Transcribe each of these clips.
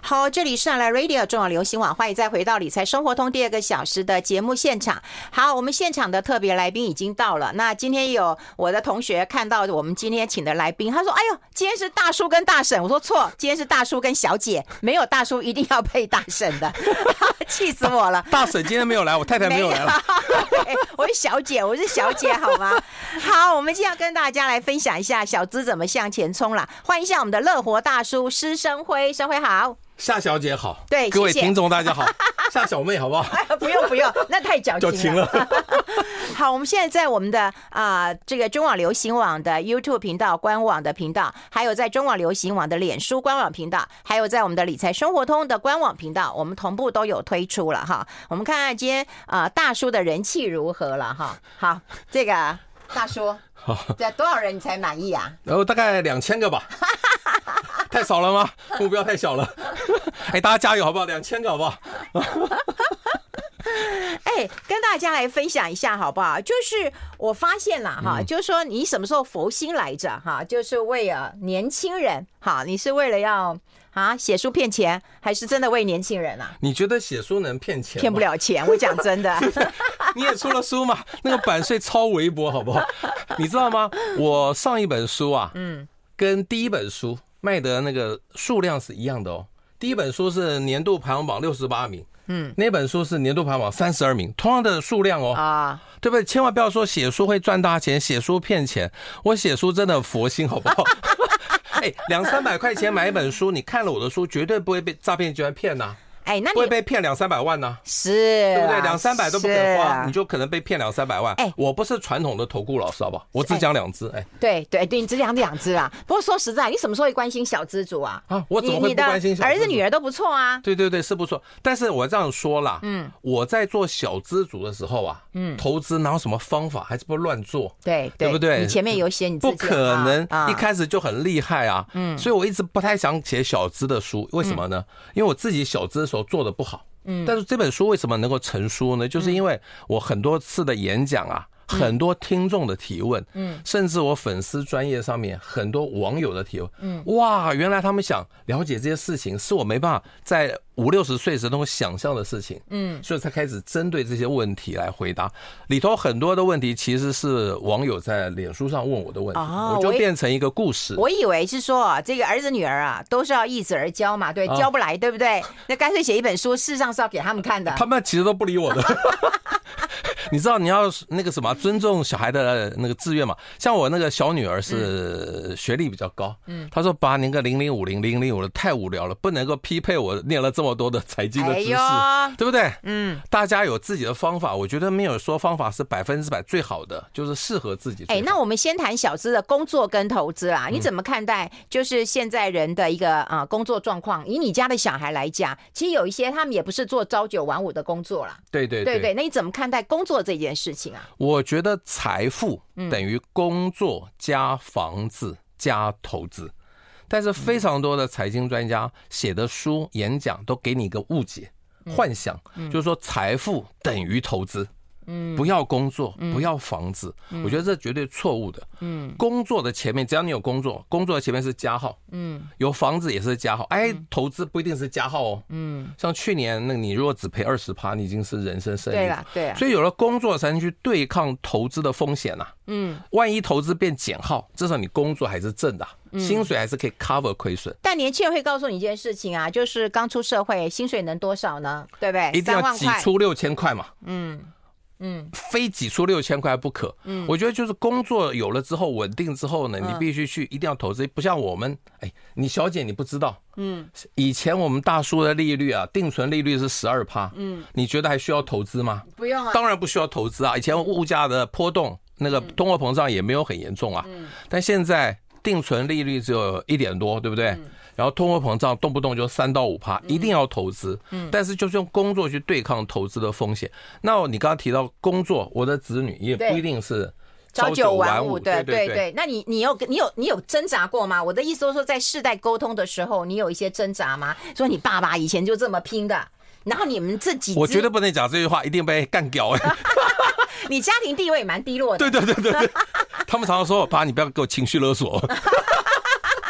好，这里是来 Radio 中网流行网，欢迎再回到理财生活通第2个小时的节目现场。好，我们现场的特别来宾已经到了。那今天有我的同学看到我们今天请的来宾，他说：“哎呦，今天是大叔跟大婶。”我说：“错，今天是大叔跟小姐，没有大叔一定要配大婶的。”气死我了！ 大婶今天没有来，我太太没有来了。 我是小姐，好吗？好，我们今天要跟大家来分享一下小资怎么向前冲啦。欢迎一下我们的乐活大叔施生辉，生辉好。 夏小姐好， 对， 各位听众大家好。夏小妹好不好？ 不用，那太矫情了。好，我们现在在我们的这个中网流行网的 YouTube 频道、官网的频道，还有在中网流行网的脸书官网频道，还有在我们的理财生活通的官网频道，我们同步都有推出了哈。我们看看今天大叔的人气如何了哈。好，这个大叔，这多少人你才满意啊？ 大概2000个吧。太少了吗？目标太小了。大家加油好不好？2000个好不好？ 跟大家来分享一下好不好？就是我发现了哈，就是说你什么时候佛心来着哈？就是为了年轻人哈，你是为了要写书骗钱，还是真的为年轻人啊？ 你觉得写书能骗钱吗？ 骗不了钱，我讲真的。 你也出了书嘛？那个版税超微薄，好不好？你知道吗？我上一本书啊，跟第一本书卖的那个数量是一样的哦。第一本书是年度排行榜68名，那本书是年度排行榜32名，同样的数量哦，对不对？千万不要说写书会赚大钱，写书骗钱。我写书真的很佛心，好不好？200-300块钱买一本书，你看了我的书，绝对不会被诈骗集团骗呐。那你不会被骗200-300万呢？ 是， 对不对？200-300都不肯花，你就可能被骗200-300万。我不是传统的投顾老师，好不好？我只讲2只。 对，你只讲2只啊。不过说实在，你什么时候会关心小资族啊？ 我怎么会不关心小资族？ 儿子女儿都不错啊。 对，是不错。但是我这样说啦，我在做小资族的时候啊，投资哪有什么方法，还是不乱做？对不对？ 你前面有写你自己， 不可能一开始就很厉害啊。所以我一直不太想写小资的书，为什么呢？因为我自己小资的时候做的不好。但是这本书为什么能够成书呢？就是因为我很多次的演讲啊，很多听众的提问，甚至我粉丝专页上面很多网友的提问，哇，原来他们想了解这些事情，是我没办法在50-60岁时能够想象的事情，所以才开始针对这些问题来回答。里头很多的问题其实是网友在脸书上问我的问题，我就变成一个故事。 我以为是说这个儿子女儿啊，都是要易子而教嘛，对，教不来，对不对？那干脆写一本书，事实上是要给他们看的。 他们其实都不理我的。你知道你要那个什么尊重小孩的那个志愿嘛？像我那个小女儿是学历比较高，她说爸，您个0050的太无聊了，不能够匹配我念了这么多的财经的知识，对不对？大家有自己的方法，我觉得没有说方法是100%最好的，就是适合自己。 那我们先谈小资的工作跟投资啦，你怎么看待就是现在人的一个工作状况？以你家的小孩来讲，其实有一些他们也不是做朝9晚5的工作啦。对，那你怎么看待工作这件事情啊？ 我觉得财富等于工作加房子加投资，但是非常多的财经专家写的书演讲都给你一个误解幻想，就是说财富等于投资，不要工作，不要房子，我觉得这绝对错误的。工作的前面，只要你有工作，工作的前面是加号，有房子也是加号。投资不一定是加号哦。像去年那你如果只赔20%，你已经是人生胜利了。对，所以有了工作才能去对抗投资的风险呐。万一投资变减号，至少你工作还是正的，薪水还是可以 cover 亏损。 但年轻人会告诉你一件事情啊，就是刚出社会，薪水能多少呢？对不对？ 一定要挤出6000块嘛。非挤出6000块不可。我觉得就是工作有了之后，稳定之后呢，你必须去一定要投资，不像我们，你小姐你不知道，以前我们大叔的利率啊，定存利率是12%，你觉得还需要投资吗？不用啊，当然不需要投资啊。以前物价的波动，那个通货膨胀也没有很严重啊，但现在定存利率只有1点多，对不对？然后通货膨胀动不动就3到5%，一定要投资。但是就是用工作去对抗投资的风险。那你刚刚提到工作，我的子女也不一定是朝9晚5，对。那你有挣扎过吗？我的意思是说，在世代沟通的时候，你有一些挣扎吗？说你爸爸以前就这么拼的，然后你们这几， 我绝对不能讲这句话，一定被干掉。 你家庭地位也蛮低落的。 对，他们常常说：“爸，你不要给我情绪勒索。”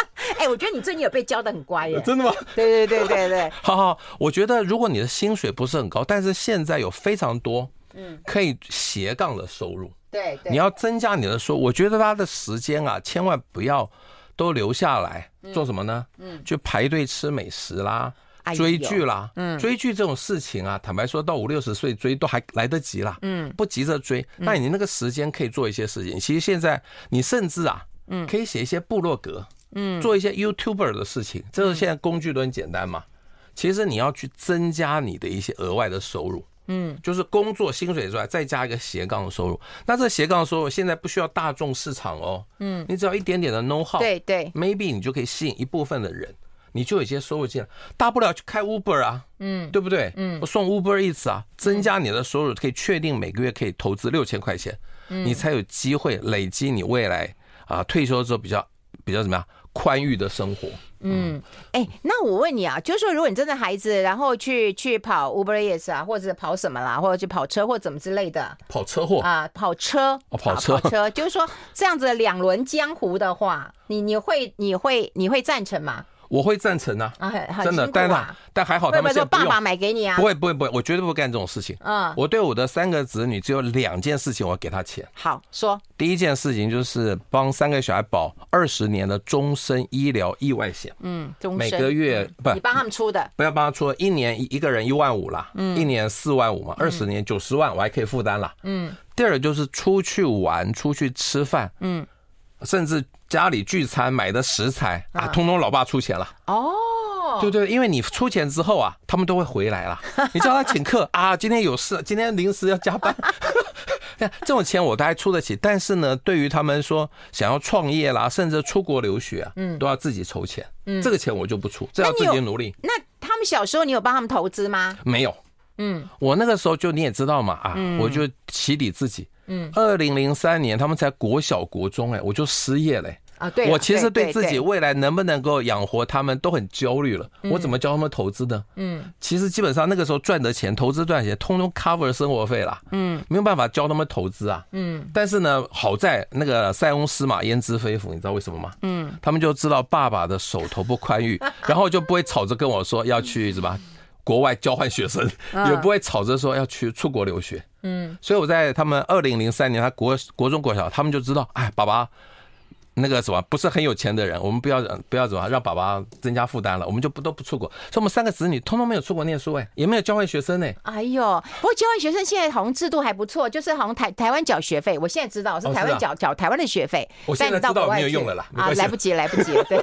我觉得你最近有被教得很乖耶。 真的吗？ 对对对对对。 好，我觉得如果你的薪水不是很高，但是现在有非常多可以斜杠的收入。 对， 你要增加你的收入，我觉得他的时间啊，千万不要都留下来做什么呢？就排队吃美食啦，追剧啦，追剧这种事情啊，坦白说到50、60岁追都还来得及啦，不急着追。那你那个时间可以做一些事情。其实现在你甚至啊，可以写一些部落格，做一些 YouTuber 的事情，这是现在工具都很简单嘛。其实你要去增加你的一些额外的收入。就是工作薪水之外，再加一个斜杠的收入。那这斜杠收入现在不需要大众市场哦，你只要一点点的 know how， 对对 ，maybe 你就可以吸引一部分的人，你就有一些收入进来。大不了去开 Uber 啊，对不对？我送 Uber Eats 啊，增加你的收入，可以确定每个月可以投资6000块钱，你才有机会累积你未来退休之后比较怎么样宽裕的生活。 那我问你啊，就是说，如果你真的孩子，然后去跑 Uber Eats 啊，或者跑什么啦，或者去跑车或怎么之类的， 跑车祸啊，跑车， 跑车， 就是说这样子2轮江湖的话，你会赞成吗？ 我会赞成啊，真的，但还好他们现在不用。 爸爸买给你啊？ 不会，我绝对不干这种事情。我对我的3个子女只有2件事情我要给他钱。 好说。 第一件事情就是帮3个小孩保20年的终身医疗意外险。 终身每个月不， 你帮他们出的， 不要帮他出，一年一个人15000啦，1年45000嘛，20年90万，我还可以负担啦。第二就是出去玩，出去吃饭，甚至家里聚餐买的食材啊，通通老爸出钱了。对对，因为你出钱之后啊，他们都会回来了。你叫他请客啊，今天有事，今天临时要加班，这种钱我大概出得起。但是呢，对于他们说想要创业啦，甚至出国留学啊，都要自己筹钱。这个钱我就不出，这要自己努力。 那他们小时候你有帮他们投资吗？ 没有。我那个时候就你也知道嘛我就起底自己。2003年他们才国小国中我就失业了。 对， 我其实对自己未来能不能够养活他们都很焦虑了。我怎么教他们投资呢？其实基本上那个时候赚的钱，投资赚的钱，通通 cover 生活费啦。没有办法教他们投资啊。但是呢，好在那个塞翁失马焉知非福，你知道为什么吗？他们就知道爸爸的手头不宽裕，然后就不会吵着跟我说要去什么国外交换学生，也不会吵着说要去出国留学。所以我在他们2003年，他国中国小，他们就知道，爸爸那个什么不是很有钱的人，我们不要怎么让爸爸增加负担了，我们就都不出国。所以我们3个子女通通没有出国念书也没有交换学生哎呦，不过交换学生现在好像制度还不错，就是好像台湾缴学费，我现在知道是台湾缴台湾的学费。 我现在知道没有用了啦， 来不及了，对。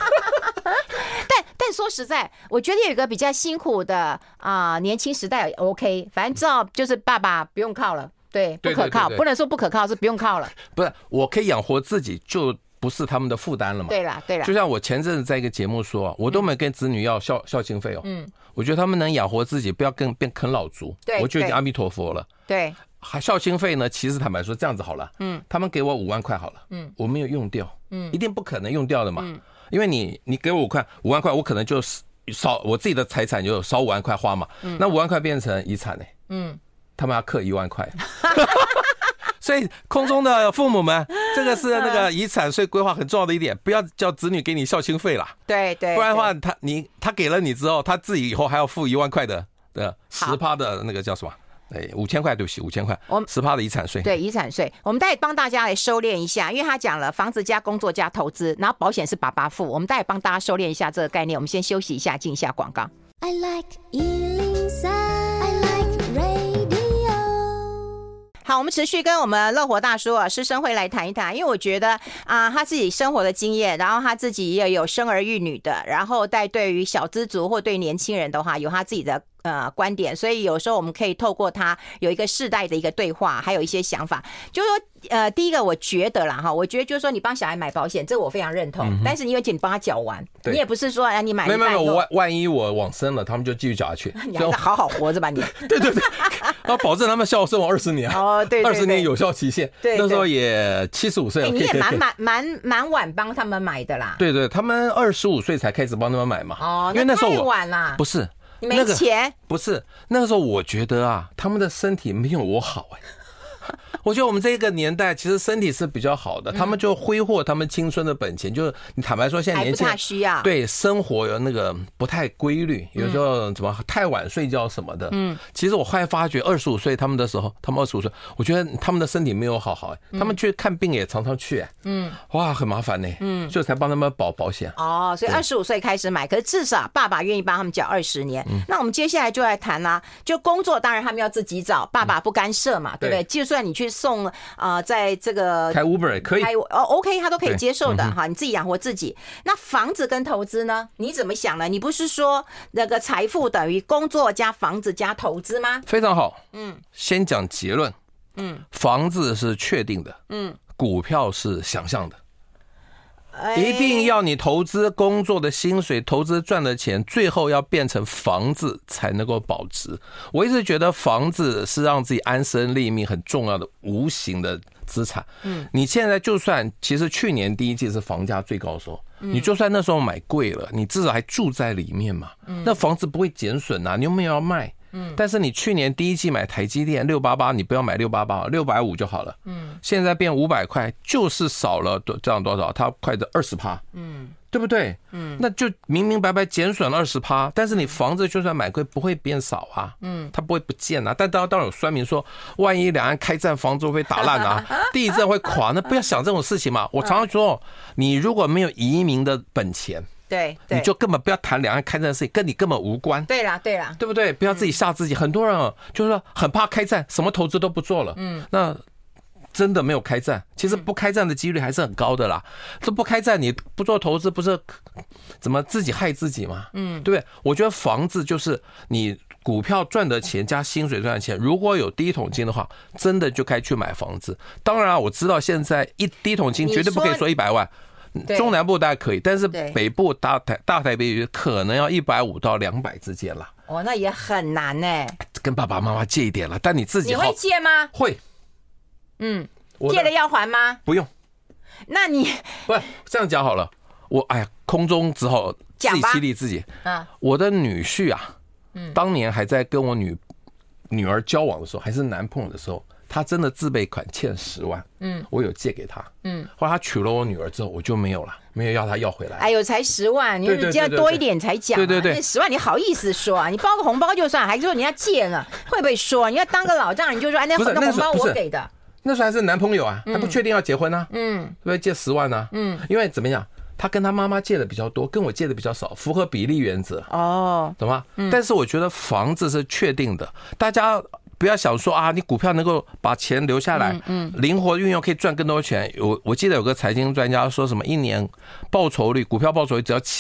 但说实在，我觉得有一个比较辛苦的年轻时代 OK， 反正知道就是爸爸不用靠了。对，不可靠，不能说不可靠，是不用靠了。 不是，我可以养活自己，就不是他们的负担了嘛。 对啦。 就像我前阵子在一个节目说，我都没跟子女要孝亲费我觉得他们能养活自己，不要变啃老族，我就已经阿弥陀佛了。 对， 还孝亲费呢，其实坦白说这样子好了，他们给我5万块好了，我没有用掉，一定不可能用掉的嘛，因为你给我5万块，我可能就少我自己的财产就少5万块花嘛，那5万块变成遗产他们要克1万块。所以空中的父母们，这个是那个遗产税规划很重要的一点，不要叫子女给你孝亲费啦。 对， 不然的话他给了你之后，他自己以后还要付1万块的10%的那个叫什么？5000块，对不起，5000块，10%的遗产税。 对，遗产税，我们待会帮大家来收敛一下，因为他讲了房子加工作加投资，然后保险是爸爸付，我们待会帮大家收敛一下这个概念。我们先休息一下，进一下广告。I like 103, I like radio。好，我们持续跟我们乐活大叔施生辉来谈一谈，因为我觉得他自己生活的经验，然后他自己也有生儿育女的，然后对于小资族或对年轻人的话，有他自己的观点，所以有时候我们可以透过他有一个世代的一个对话，还有一些想法，就是说第一个我觉得啦我觉得就是说你帮小孩买保险，这个我非常认同，但是你帮他缴完，你也不是说你买一半， 没有，万一我往生了，他们就继续缴下去， 你还是好好活着吧你。 对，要保证他们孝顺我20年对 ，20年有效期限，那时候也75岁了， 你也蛮晚帮他们买的啦。 对，他们25岁才开始帮他们买嘛，因为那时候太晚啦， 不是。 你没钱、 不是那个时候，我觉得他们的身体没有我好我觉得我们这个年代其实身体是比较好的，他们就挥霍他们青春的本钱，就是你坦白说，现在年轻人还不大需要， 对生活有那个不太规律，有时候怎么太晚睡觉什么的。其实我后来发觉，25岁他们的时候，他们25岁，我觉得他们的身体没有好，他们去看病也常常去，哇，很麻烦呢，所以才帮他们保险。 哦，所以25岁开始买，可是至少爸爸愿意帮他们缴20年。那我们接下来就来谈啦，就工作当然他们要自己找，爸爸不干涉嘛，对不对？就算你去送在这个开 Uber 也可以 ，OK， 他都可以接受的哈，你自己养活自己。那房子跟投资呢？你怎么想呢？你不是说那个财富等于工作加房子加投资吗？ 非常好，先讲结论，房子是确定的，股票是想象的。一定要你投资工作的薪水，投资赚的钱，最后要变成房子才能够保值。我一直觉得房子是让自己安身立命很重要的无形的资产。你现在就算其实去年第一季是房价最高的时候，你就算那时候买贵了，你至少还住在里面嘛，那房子不会减损啊，你又没有要卖。但是你去年第一季买台积电688，你不要买688，650就好了。现在变500块，就是少了这样多少？它快的20%。对不对？那就明明白白减损了20%，但是你房子就算买贵不会变少啊，它不会不见啊。但当然有酸民说，万一两岸开战，房子会被打烂啊，地震会垮，那不要想这种事情嘛。我常常说，你如果没有移民的本钱， 对， 你就根本不要谈两岸开战的事情，跟你根本无关。 对啦，对不对？不要自己吓自己。很多人就是说很怕开战，什么投资都不做了。那真的没有开战，其实不开战的几率还是很高的啦。这不开战，你不做投资，不是怎么自己害自己吗？对不对？我觉得房子就是你股票赚的钱加薪水赚的钱，如果有第一桶金的话，真的就该去买房子。当然我知道现在第一桶金绝对不可以说100万。中南部大概可以，但是北部大台北可能要150到200之间了。 哦，那也很难呢。 跟爸爸妈妈借一点了，但你自己你会借吗？ 会。 借了要还吗？ 不用。 那你不这样讲好了，空中只好自己激励自己。我的女婿啊，当年还在跟我女儿交往的时候，还是男朋友的时候，他真的自备款欠10万，我有借给他，后来他娶了我女儿之后，我就没有了，没有要他要回来。 哎呦，才10万，你借多一点才讲，对，那10万你好意思说啊？你包个红包就算，还说人家借呢，会不会说？你要当个老丈人就说，那红包我给的。 那时候还是男朋友啊，还不确定要结婚啊，对不对？借10万啊，因为怎么样？他跟他妈妈借的比较多，跟我借的比较少，符合比例原则。懂吗？但是我觉得房子是确定的，大家不要想说啊，你股票能够把钱留下来，灵活运用可以赚更多钱。我记得有个财经专家说什么，一年报酬率，股票报酬率只要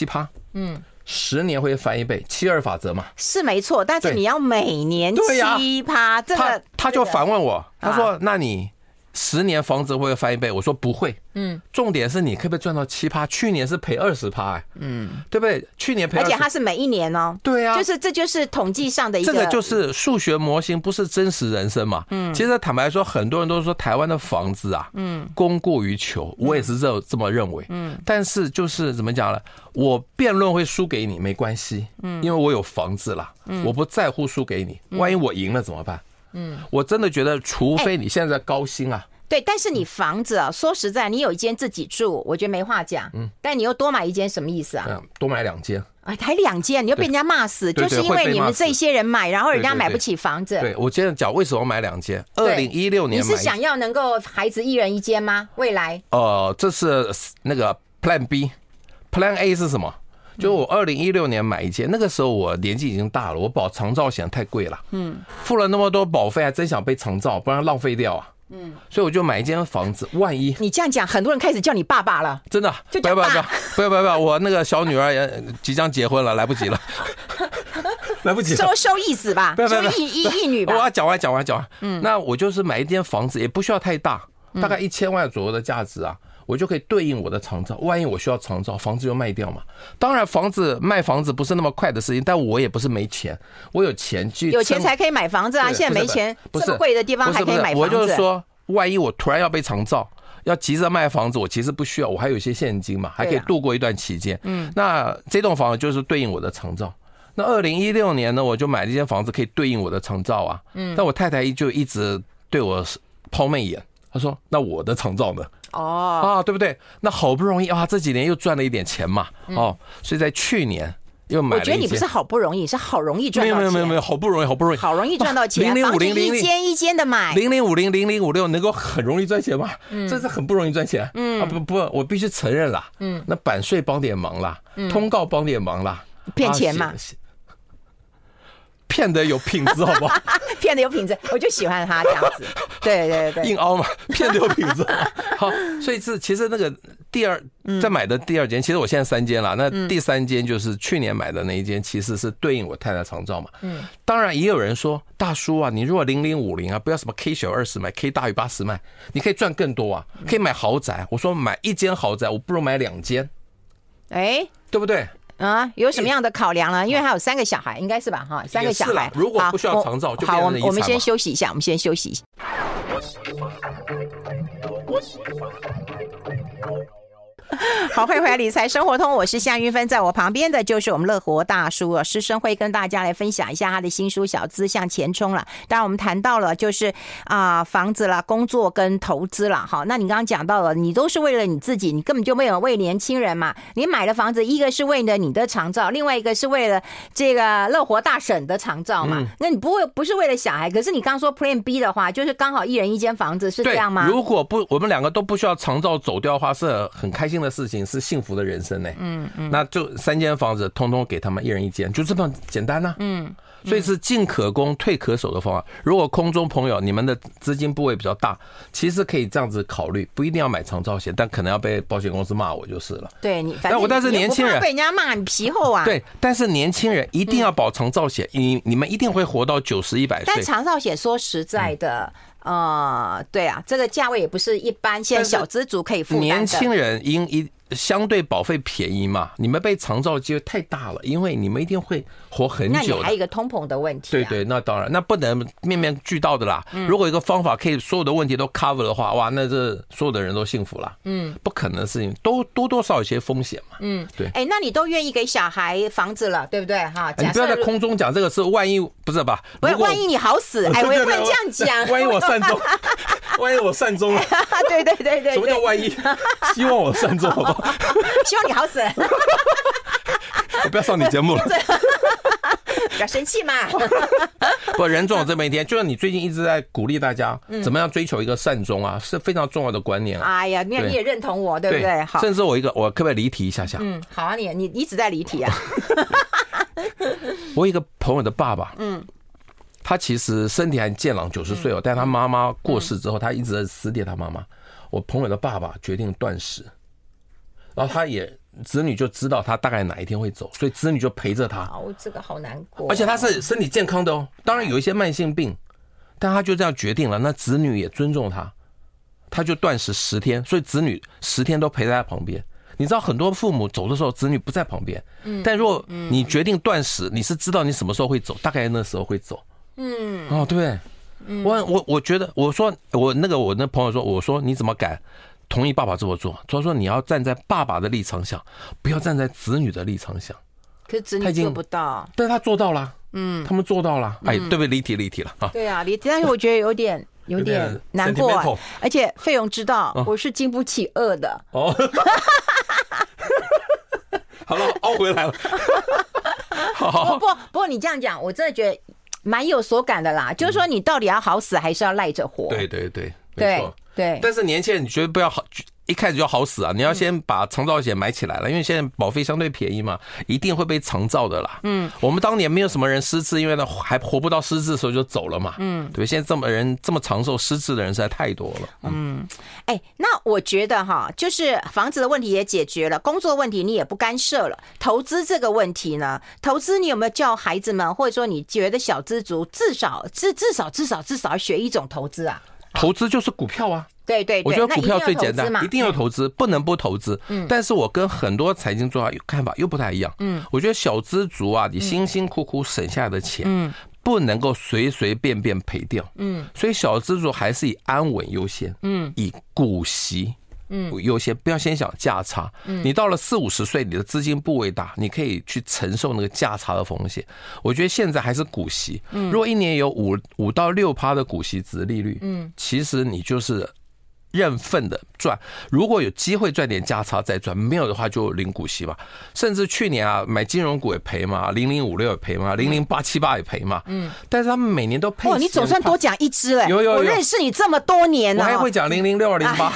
7%，10年会翻1倍，72法则嘛，是没错。但是你要每年7%，这个他就反问我，他说：“那你10年房子会不会翻1倍？”我说不会。重点是你可不可以赚到7%？去年是赔20%，对不对？去年赔20%， 而且它是每一年哦。 对啊， 这就是统计上的一个， 这个就是数学模型，不是真实人生嘛。其实坦白说，很多人都说台湾的房子啊，供过于求，我也是这么认为。但是就是怎么讲呢？我辩论会输给你没关系，因为我有房子啦，我不在乎输给你。万一我赢了怎么办？我真的觉得，除非你现在高薪啊。 对，但是你房子啊，说实在，你有一间自己住，我觉得没话讲。但你又多买一间，什么意思啊？ 多买2间。 才2间，你又被人家骂死，就是因为你们这些人买，然后人家买不起房子。 对，我今天讲为什么买2间。2016年买， 你是想要能够孩子1人1间吗？未来？ 这是那个 Plan B，Plan A 是什么？就我2016年买一间，那个时候我年纪已经大了，我保长照险太贵了，付了那么多保费，还真想被长照，不然浪费掉啊。所以我就买一间房子，万一你这样讲，很多人开始叫你爸爸了， 真的，不要，我那个小女儿也即将结婚了，来不及了，来不及了， 收义子吧，收义女吧。 我要讲完，那我就是买一间房子，也不需要太大，大概1000万左右的价值啊。我就可以对应我的长照，万一我需要长照，房子就卖掉嘛。当然，卖房子不是那么快的事情，但我也不是没钱，我有钱去， 有钱才可以买房子啊。现在没钱，这么贵的地方还可以买房子。 我就是说，万一我突然要被长照，要急着卖房子，我其实不需要，我还有一些现金嘛，还可以度过一段期间。那这栋房子就是对应我的长照。那2016年呢，我就买了一间房子，可以对应我的长照啊。但我太太就一直对我抛媚眼，他说那我的长照呢？对不对？那好不容易这几年又赚了一点钱嘛，所以在去年又买了一间。 我觉得你不是好不容易，是好容易赚到钱。 没有，好不容易， 好容易赚到钱。房子一间一间的买 ，0050、0056能够很容易赚钱吗？这是很不容易赚钱。不，我必须承认啦。那版税帮点忙啦，通告帮点忙啦， 骗钱嘛。 骗得有品质，好不好？ 骗得有品质，我就喜欢他这样子。对， 硬凹嘛，骗得有品质。好，所以其实那个再买的第二间，其实我现在3间了。那第3间就是去年买的那一间，其实是对应我太太长照嘛。当然也有人说，大叔啊，你如果0050啊，不要什么 K 小20买 ，K 大于80买，你可以赚更多啊，可以买豪宅。我说买1间豪宅，我不如买2间，对不对？ 有什么样的考量呢？因为还有3个小孩，应该是吧？哈，3个小孩， 如果不需要长照，就变成遗产嘛。 好，我们先休息一下，好，欢迎回来理财生活通，我是夏云芬，在我旁边的就是我们乐活大叔施生，会跟大家来分享一下他的新书《小资向前冲》了。当然我们谈到了就是房子啦、工作跟投资啦。好，那你刚刚讲到了，你都是为了你自己，你根本就没有为年轻人嘛。你买的房子，一个是为了你的长照，另外一个是为了这个乐活大婶的长照嘛。那你不是为了小孩，可是你刚刚说 Plan B 的话，就是刚好1人1间房子，是这样吗？ 如果不，我们2个都不需要长照走掉的话，是很开心的事情，是幸福的人生呢。那就3间房子，通通给他们1人1间，就这么简单啊。所以是进可攻退可守的方法。如果空中朋友你们的资金部位比较大，其实可以这样子考虑，不一定要买长照险，但可能要被保险公司骂我就是了。 对你，但是年轻人被人家骂你皮厚啊。 对，但是年轻人一定要保长照险，你们一定会活到90、100岁。 但长照险说实在的。对啊，这个价位也不是一般现在小资族可以负担的。 年轻人相对保费便宜嘛，你们被长照机会太大了，因为你们一定会活很久。 那你还有一个通膨的问题。 对，那当然，那不能面面俱到的啦。如果一个方法可以所有的问题都 cover 的话，哇，那这所有的人都幸福了。不可能的事情，多少有些风险嘛。对。 那你都愿意给小孩房子了，对不对？哈， 你不要在空中讲这个事，万一不是吧？ 不是，万一你好死，我也不能这样讲。 万一我善终，万一我善终了。 对。 什么叫万一？希望我善终，好不好？ 希望你好死。 我不要上你节目了。 不要生气嘛。 不，人总有这么一天。就是你最近一直在鼓励大家怎么样追求一个善终啊，是非常重要的观念啊。 哎呀，你也认同我，对不对？好， 甚至我可不可以离题一下下？ 好啊，你一直在离题啊。 我有一个朋友的爸爸，他其实身体还健朗，90岁但他妈妈过世之后，他一直在思念他妈妈。我朋友的爸爸决定断食。然后子女就知道他大概哪一天会走，所以子女就陪着他。 这个好难过。 而且他是身体健康的当然有一些慢性病，但他就这样决定了。那子女也尊重他，他就断食10天，所以子女10天都陪在他旁边。你知道很多父母走的时候，子女不在旁边，但如果你决定断食，你是知道你什么时候会走，大概那时候会走。对不对？我觉得，我说我那朋友说，我说你怎么敢同意爸爸这么做？他说你要站在爸爸的立场想，不要站在子女的立场想。 可是子女做不到。 对，他做到了。他们做到了。对不对？离题了啊。 对啊，离题。但是我觉得有点难过，而且费用知道我是经不起饿的。 好了，凹回来了。 不过你这样讲，我真的觉得蛮有所感的啦。就是说，你到底要好死还是要赖着活？ 对，没错。 对， 但是年轻人，你绝对不要一开始就好死啊！你要先把长照险买起来了，因为现在保费相对便宜嘛，一定会被长照的啦。我们当年没有什么人失智，因为呢还活不到失智的时候就走了嘛。对，现在这么长寿失智的人实在太多了。 那我觉得就是房子的问题也解决了，工作问题你也不干涉了，投资这个问题呢？投资你有没有叫孩子们，或者说你觉得小资族至少要学一种投资啊？ 投资就是股票啊。 对， 我觉得股票最简单，一定要投资，不能不投资。但是我跟很多财经专家看法又不太一样。我觉得小资族啊，你辛辛苦苦省下来的钱，不能够随随便便赔掉。所以小资族还是以安稳优先。以股息优先，不要先想价差。你到了40-50岁，你的资金部位大，你可以去承受那个价差的风险。我觉得现在还是股息，如果一年有5到6%的股息殖利率，其实你就是认份的赚，如果有机会赚点价差再赚，没有的话就领股息嘛。甚至去年啊，买金融股也赔嘛，0056也赔嘛，00878也赔嘛。但是他们每年都配。 哇，你总算多讲一支嘞！ 有， 我认识你这么多年了， 我还会讲006-008。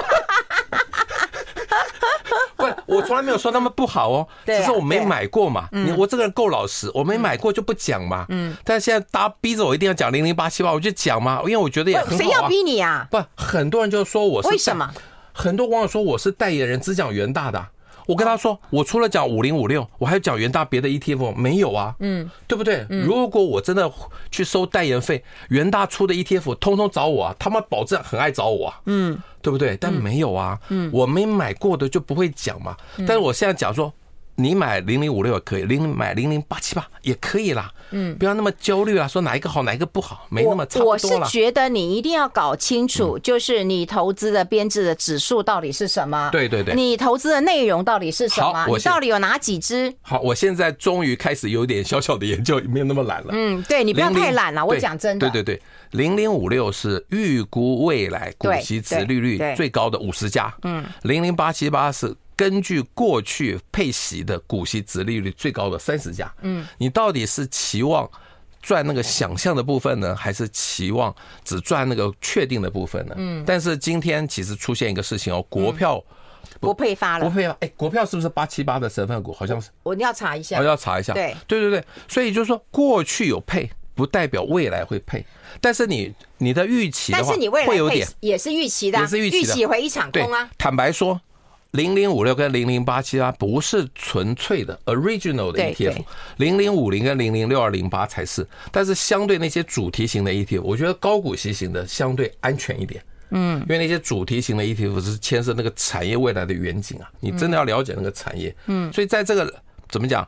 不，我从来没有说他们不好哦，只是我没买过嘛。我这个人够老实，我没买过就不讲嘛。但是现在大家逼着我一定要讲00878，我就讲嘛，因为我觉得也很好啊。 谁要逼你啊？ 不，很多人就说我是为什么？ 很多网友说我是代言人，只讲元大的啊。我跟他说，我除了讲5056，我还有讲元大别的 ETF 没有啊？对不对？如果我真的去收代言费，元大出的 ETF 通通找我啊，他们保证很爱找我啊。对不对？但没有啊，我没买过的就不会讲嘛。但是我现在讲说，你买0056也可以，买00878也可以啦。不要那么焦虑啦，说哪一个好哪一个不好，没那么差不多啦。 我是觉得你一定要搞清楚，就是你投资的编制的指数到底是什么？ 对对对， 你投资的内容到底是什么？你到底有哪几支？ 好，我现在终于开始有点小小的研究，没有那么懒了。 对，你不要太懒了，我讲真的。 对对对，0056是预估未来股息殖利率最高的50家，00878是根据过去配息的股息殖利率最高的30家，你到底是期望赚那个想象的部分呢，还是期望只赚那个确定的部分呢？但是今天其实出现一个事情哦，国票不配发了， 不配发，国票是不是878的成分股？好像是， 我要查一下， 我要查一下。对对对对，所以就是说过去有配，不代表未来会配，但是你的预期的话， 但是你未来会有点也是预期的， 也是预期的， 预期回一场空啊。 坦白说。0056跟00878不是纯粹的 original 的 ETF，0050跟006-008才是。但是相对那些主题型的 ETF， 我觉得高股息型的相对安全一点。因为那些主题型的 ETF 是牵涉那个产业未来的远景啊，你真的要了解那个产业。所以在这个怎么讲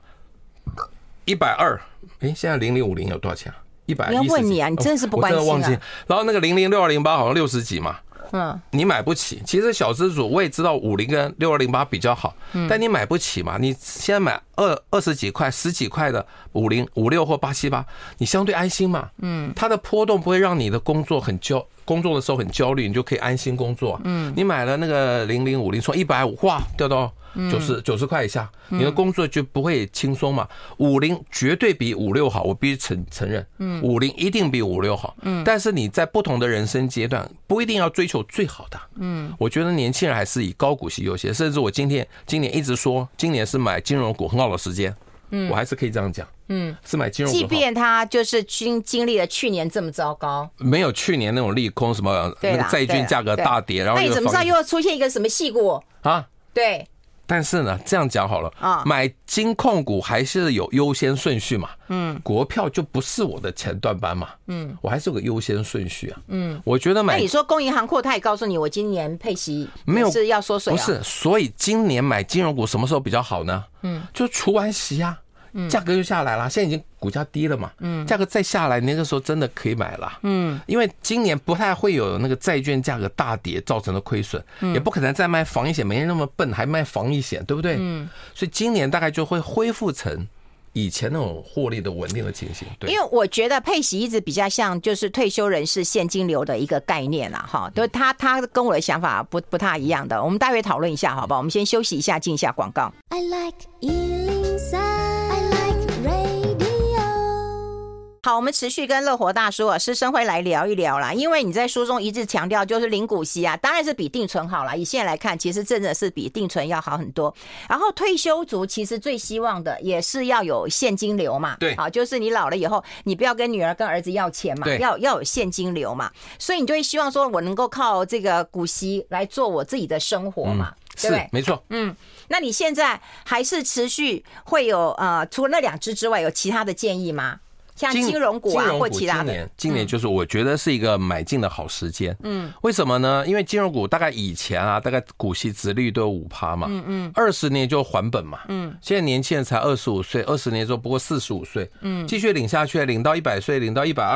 ，120，现在0050有多少钱啊？110。 要问你啊，你真是不关心啊。 我真的忘记。然后那个006-008好像60几嘛。你买不起。其实小资主我也知道50跟6208比较好，但你买不起嘛。你现在买20几块、10几块的50、56或878，你相对安心嘛。它的波动不会让你的工作的时候很焦虑，你就可以安心工作。你买了那个0050，从150哇掉到90块以下，你的工作就不会轻松嘛。50绝对比56好，我必须承认，50一定比56好。但是你在不同的人生阶段，不一定要追求最好的。我觉得年轻人还是以高股息优先，甚至我今年一直说，今年是买金融股很好的时间。我还是可以这样讲。是买金融股。 即便他就是经历了去年这么糟糕， 没有去年那种利空，什么那个债券价格大跌，然后那你怎么知道又要出现一个什么细股啊？对。 但是呢，这样讲好了，买金控股还是有优先顺序嘛。国票就不是我的前段班嘛。我还是有个优先顺序啊。我觉得买。 那你说工银行库，他也告诉你，我今年配息没有是要缩水啊？ 不是，所以今年买金融股什么时候比较好呢？就除完息啊。价格就下来了，现在已经股价低了嘛，价格再下来，那个时候真的可以买了。因为今年不太会有那个债券价格大跌造成的亏损，也不可能再卖防疫险，没人那么笨还卖防疫险，对不对？所以今年大概就会恢复成以前那种获利的稳定的情形。对， 因为我觉得配息一直比较像就是退休人士现金流的一个概念啦，哈，就他跟我的想法不太一样的，我们大约讨论一下，好不好？我们先休息一下，进一下广告。I like 好，我们持续跟乐活大叔施昇輝来聊一聊啦。因为你在书中一直强调就是零股息啊，当然是比定存好啦。以现在来看，其实真的是比定存要好很多。然后退休族其实最希望的也是要有现金流嘛， 对， 好，就是你老了以后，你不要跟女儿跟儿子要钱嘛，要有现金流嘛，所以你就会希望说我能够靠这个股息来做我自己的生活嘛。对不对？ 是没错。 那你现在还是持续会有除了那2支之外，有其他的建议吗？像金融股啊，或其他的。 今年就是我觉得是一个买进的好时间。为什么呢？因为金融股大概以前啊，大概股息殖利率都有5%嘛。20年就还本嘛。现在年轻人才25岁，20年之后不过45岁。继续领下去，领到100岁，领到120，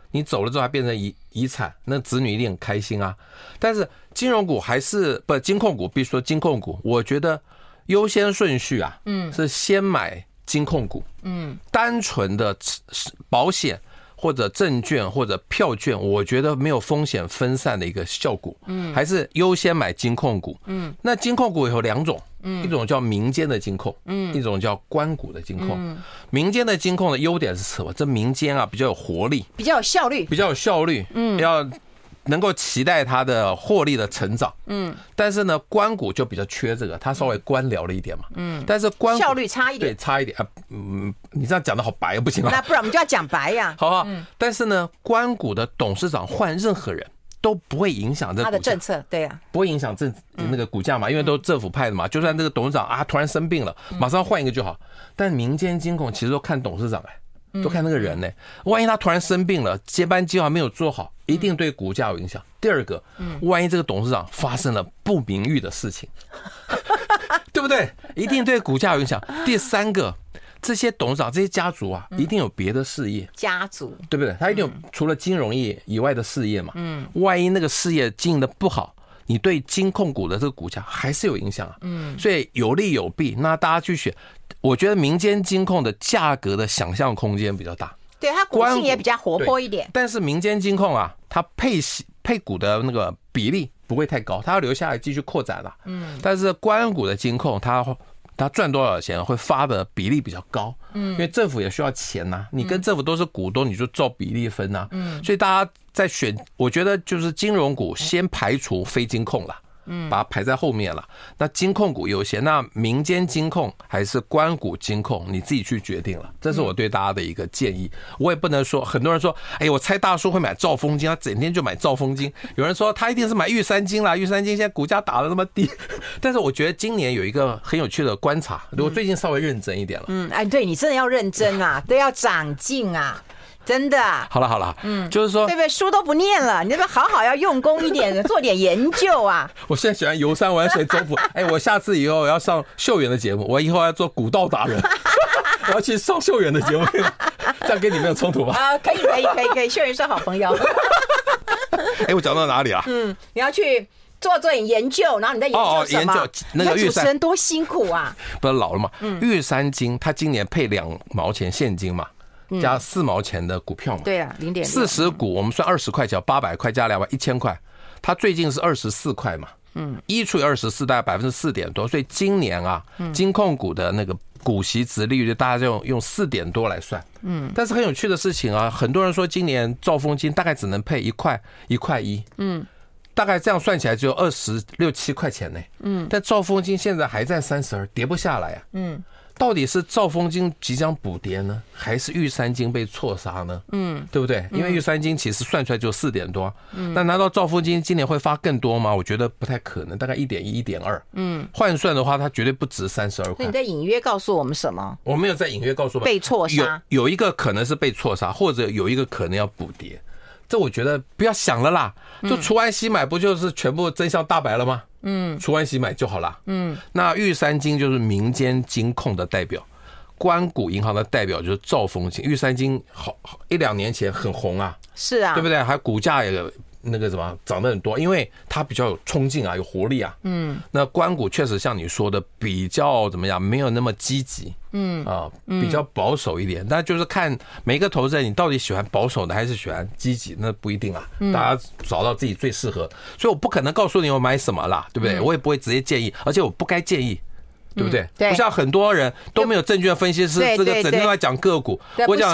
你走了之后还变成遗产，那子女一定很开心啊。但是金融股还是金控股，必须说金控股，我觉得优先顺序啊，是先买金控股，单纯的保险或者证券或者票券，我觉得没有风险分散的一个效果，还是优先买金控股。那金控股有2种，一种叫民间的金控，一种叫官股的金控。民间的金控的优点是什么？这民间啊比较有活力，比较有效率，要能够期待它的获利的成长，但是呢，官股就比较缺这个，它稍微官僚了一点嘛，但是官股效率差一点， 对，差一点啊，你这样讲的好白，不行啊， 那不然我们就要讲白呀， 好不好？但是呢，官股的董事长换任何人都不会影响这他的政策，对啊， 不会影响那个股价嘛，因为都政府派的嘛，就算这个董事长啊突然生病了，马上换一个就好。但民间金控其实都看董事长都看那个人万一他突然生病了，接班计划没有做好，一定对股价有影响。第二个，万一这个董事长发生了不名誉的事情，对不对？一定对股价有影响。第三个，这些董事长、这些家族啊，一定有别的事业， 家族对不对？他一定有除了金融业以外的事业嘛。万一那个事业经营的不好，你对金控股的这个股价还是有影响啊。所以有利有弊，那大家去选。我觉得民间金控的价格的想象空间比较大， 对它股性也比较活泼一点。 但是民间金控啊，它配股的那个比例不会太高，它要留下来继续扩展了。但是官股的金控，它赚多少钱会发的比例比较高，因为政府也需要钱呐，你跟政府都是股东，你就照比例分呐。所以大家在选，我觉得就是金融股先排除非金控啦。把它排在后面了。那金控股优先，那民间金控还是官股金控，你自己去决定了。这是我对大家的一个建议。我也不能说，很多人说，哎，我猜大叔会买兆丰金，他整天就买兆丰金。有人说他一定是买玉山金啦，玉山金现在股价打得那么低。但是我觉得今年有一个很有趣的观察，我最近稍微认真一点了。 哎，对你真的要认真啊，都要长进啊。真的， 好了，就是说， 对不对？书都不念了，你这边好好要用功一点，做点研究啊。我现在喜欢游山玩水、走补。哎，我下次以后要上秀媛的节目，我以后要做古道达人，我要去上秀媛的节目，这样跟你没有冲突吧？ 啊，可以，秀媛是好朋友。 哎，我讲到哪里啊？ 你要去做点研究，然后你在研究什么？ 研究那个主持人多辛苦啊！ 不是老了嘛？玉山金它今年配2毛钱现金嘛。加4毛钱的股票嘛， 对啊 ，0.640股，我们算20块钱，800块加200 1000块，它最近是24块嘛，1除以24大概4%点多，所以今年啊，金控股的那个股息殖利率大家就用4点多来算，但是很有趣的事情啊，很多人说今年兆丰金大概只能配1块1块1，大概这样算起来只有26、7块钱呢，但兆丰金现在还在32，跌不下来啊，到底是兆丰金即将补跌呢，还是玉山金被错杀呢？对不对？因为玉山金其实算出来就4点多，那难道兆丰金今年会发更多吗？我觉得不太可能，大概1.1、1.2。换算的话，它绝对不止32块。 那你在隐约告诉我们什么？ 我没有在隐约告诉我们被错杀， 有一个可能是被错杀，或者有一个可能要补跌。这我觉得不要想了啦，就除完息买不就是全部真相大白了吗？除完息买就好了。那玉山金就是民间金控的代表，官股银行的代表就是兆丰金。玉山金好1-2年前很红啊， 是啊， 对不对？还股价也那个什么涨得很多，因为它比较有冲劲啊，有活力啊。那官股确实像你说的比较怎么样，没有那么积极。比较保守一点，但就是看每一个投资人你到底喜欢保守的还是喜欢积极，那不一定啊。大家找到自己最适合，所以我不可能告诉你我买什么啦，对不对？我也不会直接建议，而且我不该建议。对不对？不像很多人都没有证券分析师，这个整天都在讲个股。我讲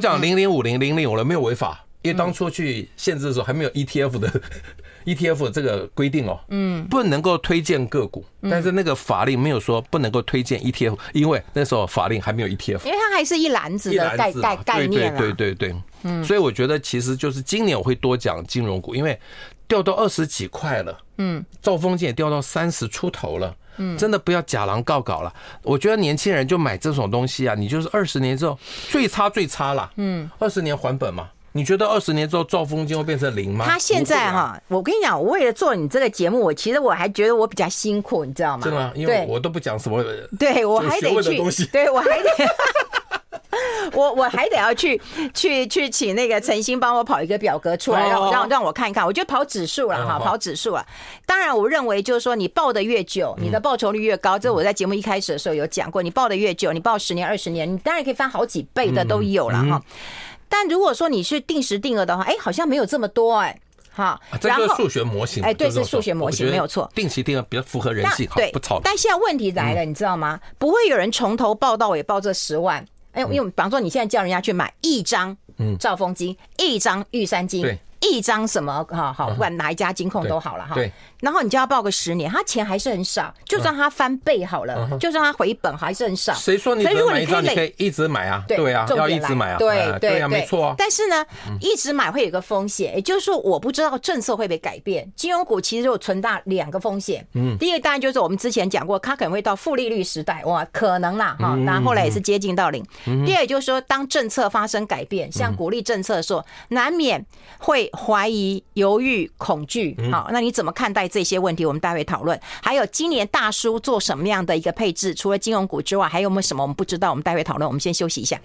0050、005了，没有违法，因为当初去限制的时候还没有 ETF 的这个规定哦，不能够推荐个股，但是那个法令没有说不能够推荐 ETF， 因为那时候法令还没有 ETF， 因为它还是一篮子的概念啊。 对，所以我觉得其实就是今年我会多讲金融股，因为掉到20几块了，兆丰金也掉到30出头了。真的不要假狼告稿了。我觉得年轻人就买这种东西啊，你就是20年之后最差啦，20年还本嘛。你觉得20年之后兆丰金会变成0吗？ 他现在哈，我跟你讲，我为了做你这个节目，我其实我还觉得我比较辛苦，你知道吗？ 真的吗？因为我都不讲什么， 对我还得去，对我还得。 我还得要去请那个陈星帮我跑一个表格出来，让我看一看。我就跑指数了哈，跑指数了。当然，我认为就是说，你抱的越久，你的报酬率越高。这我在节目一开始的时候有讲过，你抱的越久，你抱10年、20年，你当然可以翻好几倍的都有了哈。但如果说你是定时定额的话，好像没有这么多好， 这就是数学模型。 对，是数学模型，没有错。 定期定额比较符合人性， 对， 不吵。 但现在问题来了，你知道吗？不会有人从头报到尾报这10万。因为比方说你现在叫人家去买1张兆丰金，1张玉山金，1张什么好，不管哪一家金控都好了哈。对。然后你就要报个10年，他钱还是很少，就算他翻倍好了，就算他回本还是很少。 谁说你只能买1张？你可以一直买啊，对啊，要一直买啊，对啊，没错啊。 但是呢，一直买会有个风险，也就是说我不知道政策会不会改变。金融股其实有存大2个风险，第一个当然就是我们之前讲过，它可能会到负利率时代，哇，可能啦哈，然后后来也是接近到0。第二就是说，当政策发生改变，像鼓励政策的时候，难免会怀疑、犹豫、恐惧。好，那你怎么看待这些问题？我们待会讨论。还有今年大叔做什么样的一个配置？除了金融股之外，还有没有什么我们不知道？我们待会讨论。我们先休息一下。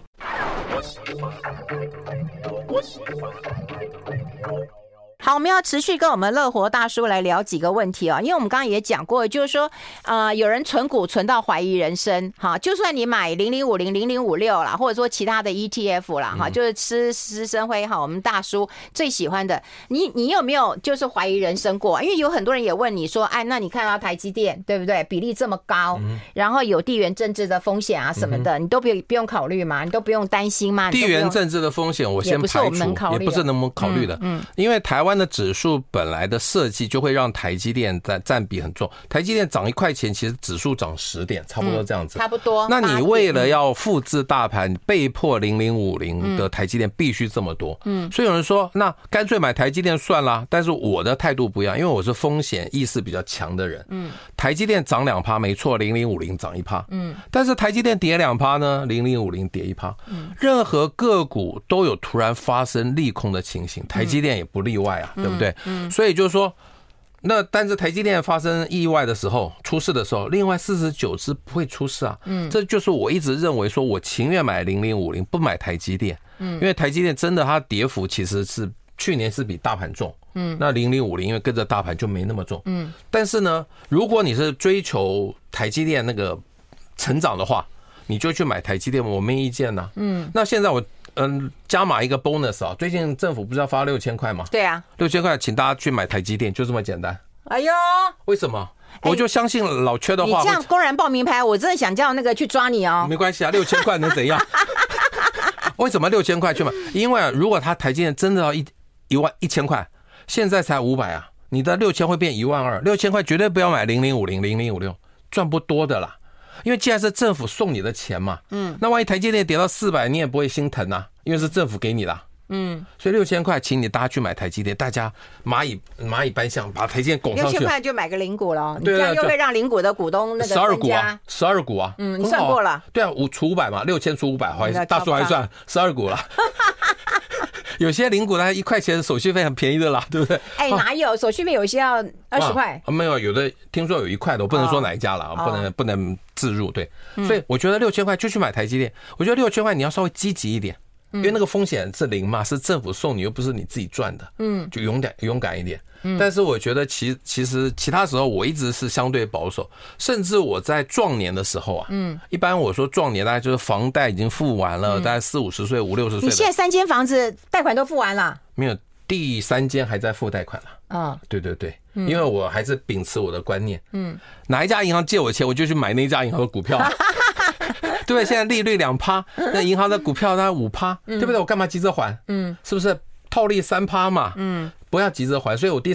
好，我们要持续跟我们乐活大叔来聊几个问题因为我们刚刚也讲过，就是说，有人存股存到怀疑人生，哈，就算你买0050、0056啦，或者说其他的 ETF 啦，哈，就是吃生辉哈，我们大叔最喜欢的，你有没有就是怀疑人生过？因为有很多人也问你说，那你看到台积电对不对？比例这么高，然后有地缘政治的风险啊什么的，你都不用考虑吗？你都不用担心吗？ 地缘政治的风险我先排除，也不是能考虑的，因为台湾的指数本来的设计就会让台积电占比很重，台积电涨1块钱，其实指数涨10点，差不多这样子， 差不多。 那你为了要复制大盘，被迫0050的台积电必须这么多，所以有人说，那干脆买台积电算了。但是我的态度不一样，因为我是风险意识比较强的人。台积电涨2%没错，0050涨1%，但是台积电跌2%呢，0050跌1%，任何个股都有突然发生利空的情形，台积电也不例外啊，对不对？所以就是说，那但是台积电发生意外的时候，出事的时候，另外49只不会出事啊。这就是我一直认为说，我情愿买0050，不买台积电。因为台积电真的它跌幅其实是去年是比大盘重。那0050因为跟着大盘就没那么重。但是呢，如果你是追求台积电那个成长的话，你就去买台积电，我没意见呐。那现在我加码一个 bonus 最近政府不是要发6000块吗？ 对啊 ，6000块，请大家去买台积电，就这么简单。 哎呦， 为什么？我就相信老缺的话， 你这样公然报名牌，我真的想叫那个去抓你哦。 没关系啊，6000块能怎样？为什么6000块去买？因为如果他台积电真的要1000块，现在才500啊，你的6000会变12000，6000块绝对不要买0050、0056，赚不多的啦。因为既然是政府送你的钱嘛，那万一台积电跌到400，你也不会心疼啊，因为是政府给你的。所以6000块，请你大家去买台积电，大家蚂蚁搬象，把台积电拱上去。 6000块就买个零股了，你这样又会让零股的股东那个 12股啊，12股啊， 你算过了？ 对啊，5除500嘛，6000除500，好意思，大叔还算12股了。有些零股它1块钱的手续费很便宜的啦，对不对？ 哪有手续费？有些要20块。 没有，有的听说有1块的，我不能说哪一家了，不能置入。对，所以我觉得6000块就去买台积电。我觉得6000块你要稍微积极一点，因为那个风险是0嘛，是政府送你，又不是你自己赚的。就勇敢一点。但是我觉得其实其他时候我一直是相对保守，甚至我在壮年的时候啊，一般我说壮年大概就是房贷已经付完了，大概40-50岁、50-60岁。 你现在3间房子贷款都付完了？ 没有，第3间还在付贷款了。对，因为我还是秉持我的观念，哪一家银行借我钱，我就去买那家银行的股票。对不对？现在利率2%，那银行的股票它5%，对不对？我干嘛急着还？是不是套利3%嘛？不要急着还。所以我第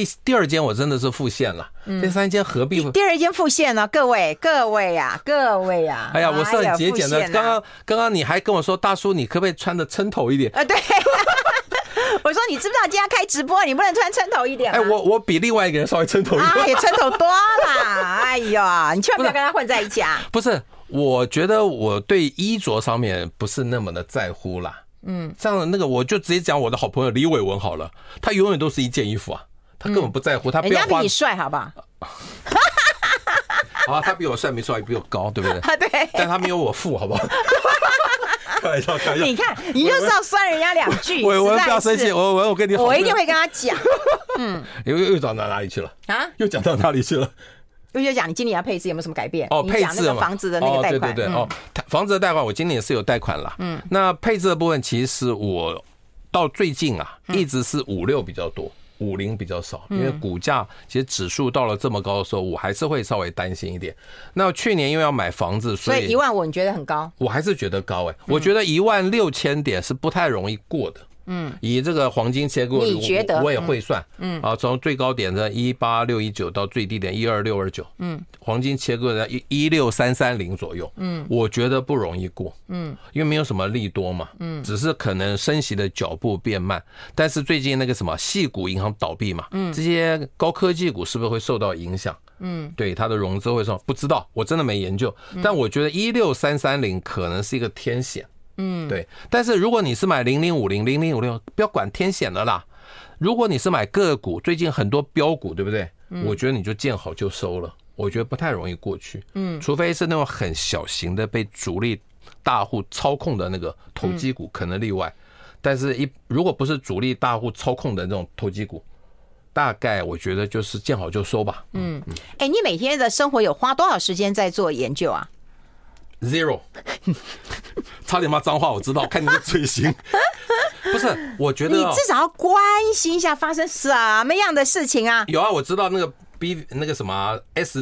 2间我真的是付现了，第3间何必？ 第2间付现了，各位呀！ 哎呀，我是很节俭的。刚刚你还跟我说，大叔，你可不可以穿的撑头一点？ 对。我说你知不知道今天开直播，你不能穿撑头一点吗？ 我比另外一个人稍微撑头一点。 也撑头多啦！哎呀，你千万不要跟他混在一起啊！ 不是，我觉得我对衣着上面不是那么的在乎啦。像那个我就直接讲我的好朋友李伟文好了，他永远都是1件衣服啊，他根本不在乎，他不要花。 人家比你帅，好不好？ 他比我帅没错，也比我高，对不对？ 对。 但他没有我富，好不好？ 开玩笑，开玩笑。 你看，你就是要酸人家2句。 我不要生气，我跟你好， 我一定会跟他讲。 又讲到哪里去了啊？又讲到哪里去了？ 就讲你今年要配置有没有什么改变？ 哦，配置那个房子的那个贷款， 对，房子的贷款我今年是有贷款了。那配置的部分其实我到最近啊，一直是56比较多，50比较少，因为股价其实指数到了这么高的时候，我还是会稍微担心一点。那去年因为要买房子，所以 15000你觉得很高？ 我还是觉得高我觉得16000点是不太容易过的。以这个黄金切割， 你觉得我也会算。从最高点的18619到最低点12629，黄金切割在16330左右。我觉得不容易过。因为没有什么利多嘛。只是可能升息的脚步变慢。但是最近那个什么矽谷银行倒闭嘛，这些高科技股是不是会受到影响？对，它的融资会受，不知道，我真的没研究。但我觉得16330可能是一个天险。对，但是如果你是买0050、0056，不要管天险的啦。如果你是买个股，最近很多标股，对不对？我觉得你就见好就收了，我觉得不太容易过去。除非是那种很小型的被主力大户操控的那个投机股，可能例外。但是如果不是主力大户操控的那种投机股，大概我觉得就是见好就收吧。 你每天的生活有花多少时间在做研究啊 ？0， 差点骂脏话，我知道，看你的嘴型。不是，我觉得你至少要关心一下发生什么样的事情啊。 有啊，我知道那个那个什么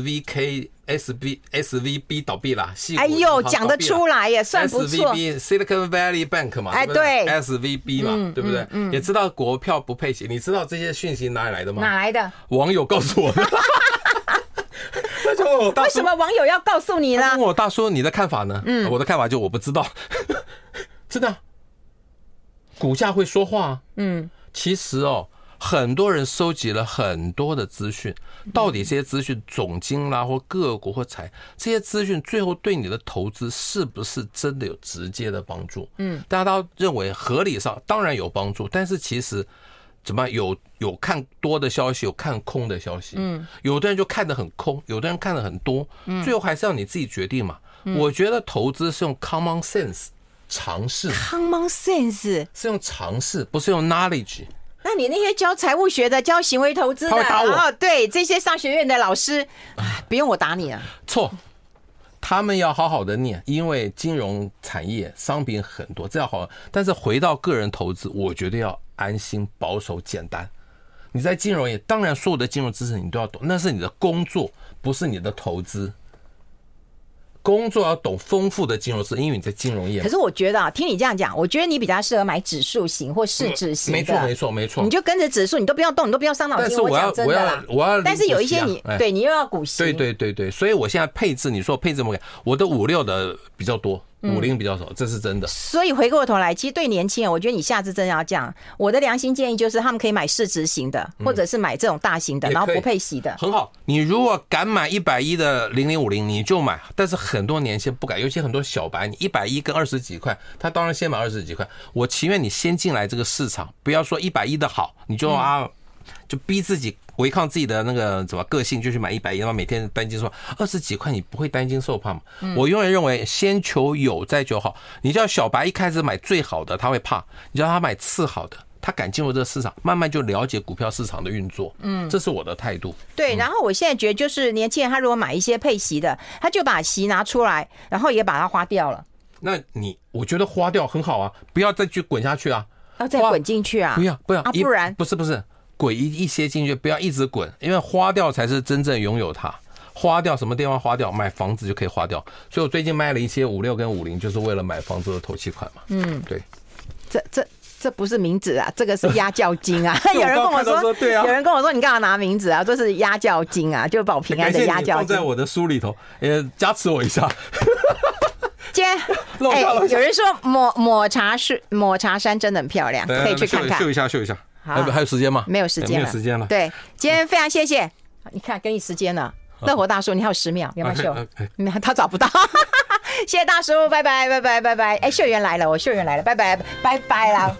SVB 倒闭了， 哎呦，讲得出来也算不错。 SVB Silicon Valley Bank 嘛， 哎对 ，SVB 嘛，对不对？也知道国票不配息，你知道这些讯息哪里来的吗？ 哪来的？ 网友告诉我的。他就问我大叔， 为什么网友要告诉你呢？ 他问我大叔，你的看法呢？我的看法就我不知道，真的，股价会说话。其实很多人收集了很多的资讯，到底这些资讯总经啦或个股或这些资讯最后对你的投资是不是真的有直接的帮助？大家都认为合理上当然有帮助，但是其实怎么有看多的消息，有看空的消息。有的人就看得很空，有的人看得很多，最后还是要你自己决定嘛。我觉得投资是用 common sense 常识 ，common sense 是用常识，不是用 knowledge。 那你那些教财务学的、教行为投资的， 他会打我。 对这些商学院的老师，不用我打你啊。 错，他们要好好的念，因为金融产业商品很多，这要好。但是回到个人投资，我觉得要安心、保守、简单。你在金融业，当然所有的金融知识你都要懂，那是你的工作，不是你的投资。工作要懂丰富的金融知识，因为你在金融业。 可是我觉得听你这样讲，我觉得你比较适合买指数型或市值型的。 没错， 你就跟着指数，你都不要动，你都不要伤脑筋。 但是我要， 但是有一些对你又要股息。 对，所以我现在配置，你说配置怎么改？我的56的比较多。50比较少，这是真的。 所以回过头来，其实对年轻人，我觉得你下次真的要这样。我的良心建议就是，他们可以买市值型的，或者是买这种大型的，然后不配息的。 很好，你如果敢买110的0050，你就买。但是很多年轻不敢，尤其很多小白，你110跟20几块，他当然先买20几块。我情愿你先进来这个市场，不要说110的好，你就就逼自己。违抗自己的那个什么个性，就去买110，然后每天担惊受怕，20几块你不会担惊受怕吗？我永远认为先求有再求好。你叫小白一开始买最好的，他会怕；你叫他买次好的，他敢进入这个市场，慢慢就了解股票市场的运作。这是我的态度。 对，然后我现在觉得就是年轻人他如果买一些配息的，他就把息拿出来，然后也把它花掉了。 那我觉得花掉很好啊，不要再去滚下去啊， 要再滚进去啊？不要啊， 不然不是。滚一些进去，不要一直滚，因为花掉才是真正拥有它。花掉什么地方花掉？买房子就可以花掉。所以我最近卖了一些56跟50，就是为了买房子的头期款嘛。对。 这不是名字啊，这个是押教金啊。有人跟我说，对啊，有人跟我说你干嘛拿名字啊？这是押教金啊，就是保平安的押教金。 放在我的书里头，加持我一下。 今天有人说抹茶山真的很漂亮，可以去看看。 秀一下。还有时间吗？ 没有时间了。对，今天非常谢谢。你看，给你时间了。乐活大叔，你还有10秒，要不要秀？他找不到。谢谢大叔，拜拜。秀媛来了，拜拜啦。